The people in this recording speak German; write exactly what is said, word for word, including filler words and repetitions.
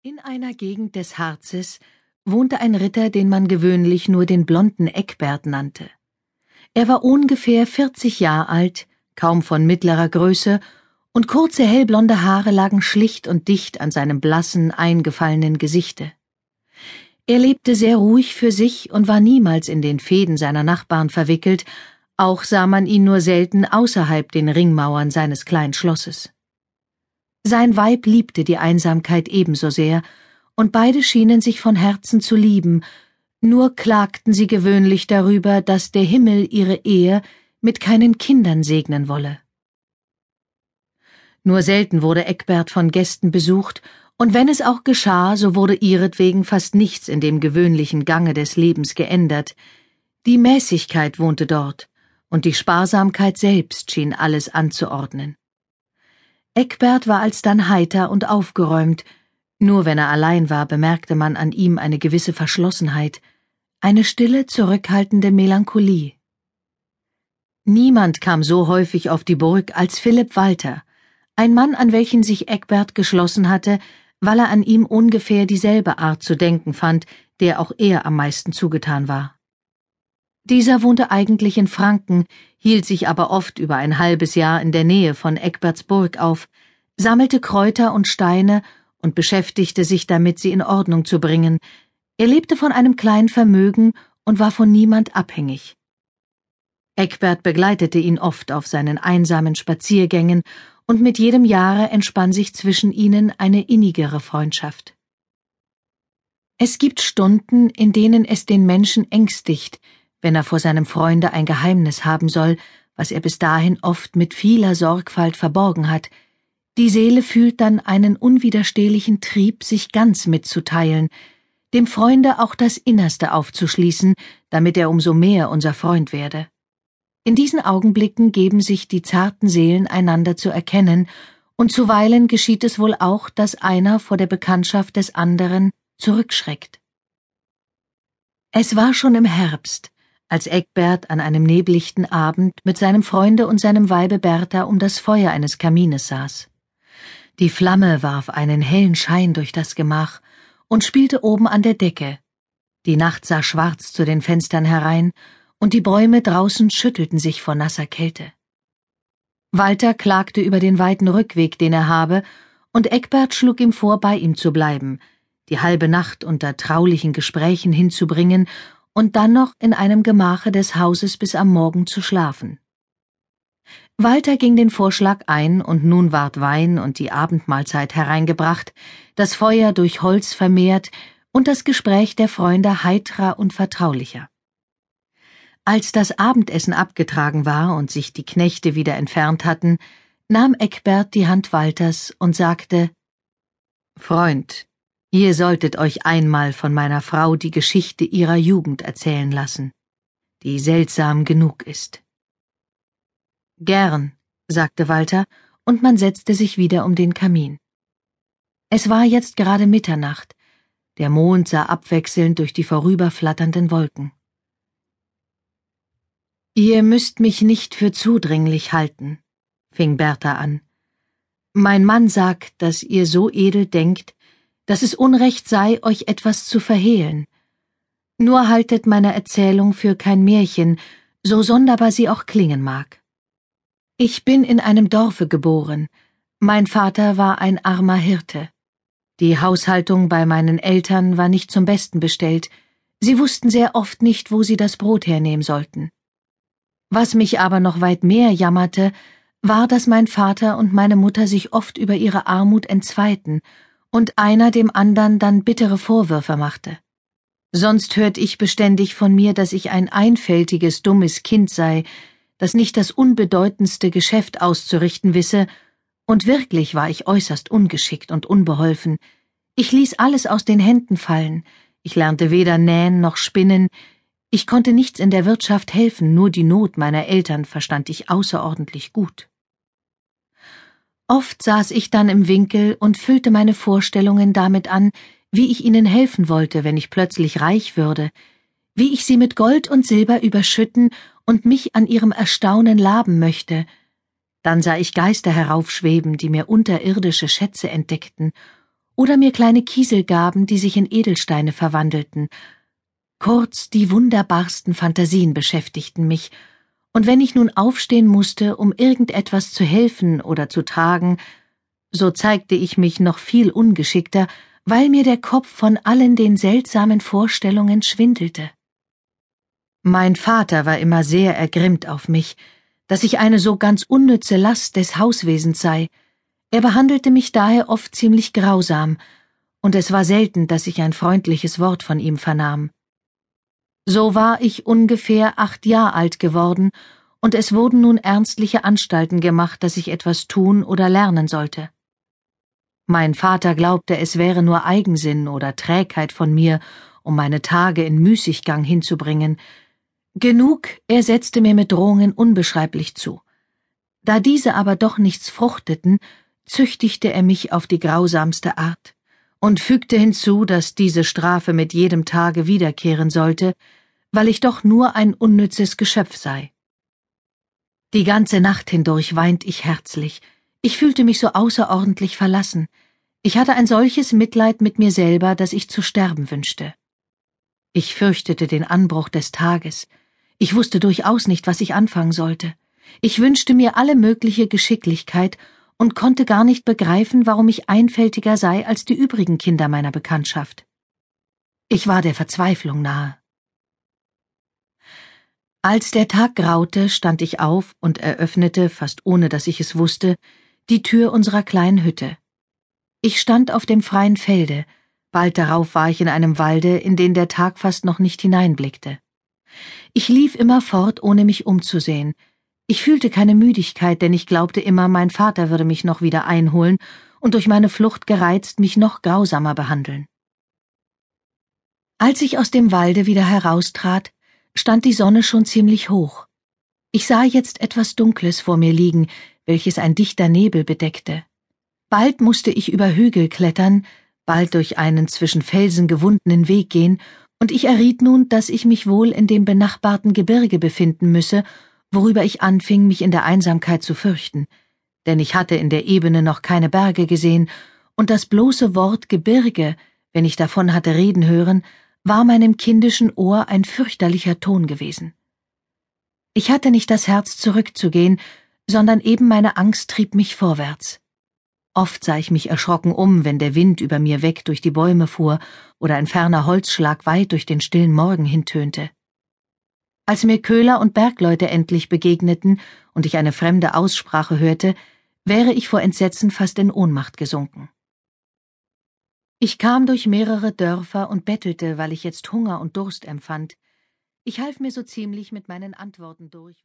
In einer Gegend des Harzes wohnte ein Ritter, den man gewöhnlich nur den blonden Eckbert nannte. Er war ungefähr vierzig Jahre alt, kaum von mittlerer Größe, und kurze hellblonde Haare lagen schlicht und dicht an seinem blassen, eingefallenen Gesichte. Er lebte sehr ruhig für sich und war niemals in den Fehden seiner Nachbarn verwickelt, auch sah man ihn nur selten außerhalb den Ringmauern seines kleinen Schlosses. Sein Weib liebte die Einsamkeit ebenso sehr, und beide schienen sich von Herzen zu lieben, nur klagten sie gewöhnlich darüber, dass der Himmel ihre Ehe mit keinen Kindern segnen wolle. Nur selten wurde Eckbert von Gästen besucht, und wenn es auch geschah, so wurde ihretwegen fast nichts in dem gewöhnlichen Gange des Lebens geändert. Die Mäßigkeit wohnte dort, und die Sparsamkeit selbst schien alles anzuordnen. Eckbert war alsdann heiter und aufgeräumt, nur wenn er allein war, bemerkte man an ihm eine gewisse Verschlossenheit, eine stille, zurückhaltende Melancholie. Niemand kam so häufig auf die Burg als Philipp Walter, ein Mann, an welchen sich Eckbert geschlossen hatte, weil er an ihm ungefähr dieselbe Art zu denken fand, der auch er am meisten zugetan war. Dieser wohnte eigentlich in Franken, hielt sich aber oft über ein halbes Jahr in der Nähe von Eckberts Burg auf, sammelte Kräuter und Steine und beschäftigte sich damit, sie in Ordnung zu bringen. Er lebte von einem kleinen Vermögen und war von niemand abhängig. Eckbert begleitete ihn oft auf seinen einsamen Spaziergängen, und mit jedem Jahre entspann sich zwischen ihnen eine innigere Freundschaft. Es gibt Stunden, in denen es den Menschen ängstigt, wenn er vor seinem Freunde ein Geheimnis haben soll, was er bis dahin oft mit vieler Sorgfalt verborgen hat. Die Seele fühlt dann einen unwiderstehlichen Trieb, sich ganz mitzuteilen, dem Freunde auch das Innerste aufzuschließen, damit er umso mehr unser Freund werde. In diesen Augenblicken geben sich die zarten Seelen einander zu erkennen, und zuweilen geschieht es wohl auch, dass einer vor der Bekanntschaft des anderen zurückschreckt. Es war schon im Herbst, als Eckbert an einem neblichten Abend mit seinem Freunde und seinem Weibe Bertha um das Feuer eines Kamines saß. Die Flamme warf einen hellen Schein durch das Gemach und spielte oben an der Decke. Die Nacht sah schwarz zu den Fenstern herein, und die Bäume draußen schüttelten sich vor nasser Kälte. Walter klagte über den weiten Rückweg, den er habe, und Eckbert schlug ihm vor, bei ihm zu bleiben, die halbe Nacht unter traulichen Gesprächen hinzubringen und dann noch in einem Gemache des Hauses bis am Morgen zu schlafen. Walter ging den Vorschlag ein, und nun ward Wein und die Abendmahlzeit hereingebracht, das Feuer durch Holz vermehrt und das Gespräch der Freunde heitrer und vertraulicher. Als das Abendessen abgetragen war und sich die Knechte wieder entfernt hatten, nahm Eckbert die Hand Walters und sagte: »Freund, ihr solltet euch einmal von meiner Frau die Geschichte ihrer Jugend erzählen lassen, die seltsam genug ist.« »Gern«, sagte Walter, und man setzte sich wieder um den Kamin. Es war jetzt gerade Mitternacht, der Mond sah abwechselnd durch die vorüberflatternden Wolken. »Ihr müsst mich nicht für zudringlich halten«, fing Bertha an. »Mein Mann sagt, dass ihr so edel denkt, dass es Unrecht sei, euch etwas zu verhehlen. Nur haltet meine Erzählung für kein Märchen, so sonderbar sie auch klingen mag. Ich bin in einem Dorfe geboren. Mein Vater war ein armer Hirte. Die Haushaltung bei meinen Eltern war nicht zum Besten bestellt. Sie wussten sehr oft nicht, wo sie das Brot hernehmen sollten. Was mich aber noch weit mehr jammerte, war, dass mein Vater und meine Mutter sich oft über ihre Armut entzweiten und einer dem andern dann bittere Vorwürfe machte. Sonst hört ich beständig von mir, dass ich ein einfältiges, dummes Kind sei, das nicht das unbedeutendste Geschäft auszurichten wisse, und wirklich war ich äußerst ungeschickt und unbeholfen. Ich ließ alles aus den Händen fallen, ich lernte weder nähen noch spinnen, ich konnte nichts in der Wirtschaft helfen, nur die Not meiner Eltern verstand ich außerordentlich gut. Oft saß ich dann im Winkel und füllte meine Vorstellungen damit an, wie ich ihnen helfen wollte, wenn ich plötzlich reich würde, wie ich sie mit Gold und Silber überschütten und mich an ihrem Erstaunen laben möchte. Dann sah ich Geister heraufschweben, die mir unterirdische Schätze entdeckten, oder mir kleine Kiesel gaben, die sich in Edelsteine verwandelten. Kurz, die wunderbarsten Fantasien beschäftigten mich, und wenn ich nun aufstehen musste, um irgendetwas zu helfen oder zu tragen, so zeigte ich mich noch viel ungeschickter, weil mir der Kopf von allen den seltsamen Vorstellungen schwindelte. Mein Vater war immer sehr ergrimmt auf mich, dass ich eine so ganz unnütze Last des Hauswesens sei. Er behandelte mich daher oft ziemlich grausam, und es war selten, dass ich ein freundliches Wort von ihm vernahm. So war ich ungefähr acht Jahr alt geworden, und es wurden nun ernstliche Anstalten gemacht, dass ich etwas tun oder lernen sollte. Mein Vater glaubte, es wäre nur Eigensinn oder Trägheit von mir, um meine Tage in Müßiggang hinzubringen. Genug, er setzte mir mit Drohungen unbeschreiblich zu. Da diese aber doch nichts fruchteten, züchtigte er mich auf die grausamste Art und fügte hinzu, dass diese Strafe mit jedem Tage wiederkehren sollte, weil ich doch nur ein unnützes Geschöpf sei. Die ganze Nacht hindurch weint ich herzlich. Ich fühlte mich so außerordentlich verlassen. Ich hatte ein solches Mitleid mit mir selber, dass ich zu sterben wünschte. Ich fürchtete den Anbruch des Tages. Ich wusste durchaus nicht, was ich anfangen sollte. Ich wünschte mir alle mögliche Geschicklichkeit und konnte gar nicht begreifen, warum ich einfältiger sei als die übrigen Kinder meiner Bekanntschaft. Ich war der Verzweiflung nahe. Als der Tag graute, stand ich auf und eröffnete, fast ohne dass ich es wusste, die Tür unserer kleinen Hütte. Ich stand auf dem freien Felde, bald darauf war ich in einem Walde, in den der Tag fast noch nicht hineinblickte. Ich lief immer fort, ohne mich umzusehen. Ich fühlte keine Müdigkeit, denn ich glaubte immer, mein Vater würde mich noch wieder einholen und durch meine Flucht gereizt mich noch grausamer behandeln. Als ich aus dem Walde wieder heraustrat, stand die Sonne schon ziemlich hoch. Ich sah jetzt etwas Dunkles vor mir liegen, welches ein dichter Nebel bedeckte. Bald musste ich über Hügel klettern, bald durch einen zwischen Felsen gewundenen Weg gehen, und ich erriet nun, dass ich mich wohl in dem benachbarten Gebirge befinden müsse, worüber ich anfing, mich in der Einsamkeit zu fürchten, denn ich hatte in der Ebene noch keine Berge gesehen, und das bloße Wort Gebirge, wenn ich davon hatte reden hören, war meinem kindischen Ohr ein fürchterlicher Ton gewesen. Ich hatte nicht das Herz, zurückzugehen, sondern eben meine Angst trieb mich vorwärts. Oft sah ich mich erschrocken um, wenn der Wind über mir weg durch die Bäume fuhr oder ein ferner Holzschlag weit durch den stillen Morgen hintönte. Als mir Köhler und Bergleute endlich begegneten und ich eine fremde Aussprache hörte, wäre ich vor Entsetzen fast in Ohnmacht gesunken. Ich kam durch mehrere Dörfer und bettelte, weil ich jetzt Hunger und Durst empfand. Ich half mir so ziemlich mit meinen Antworten durch.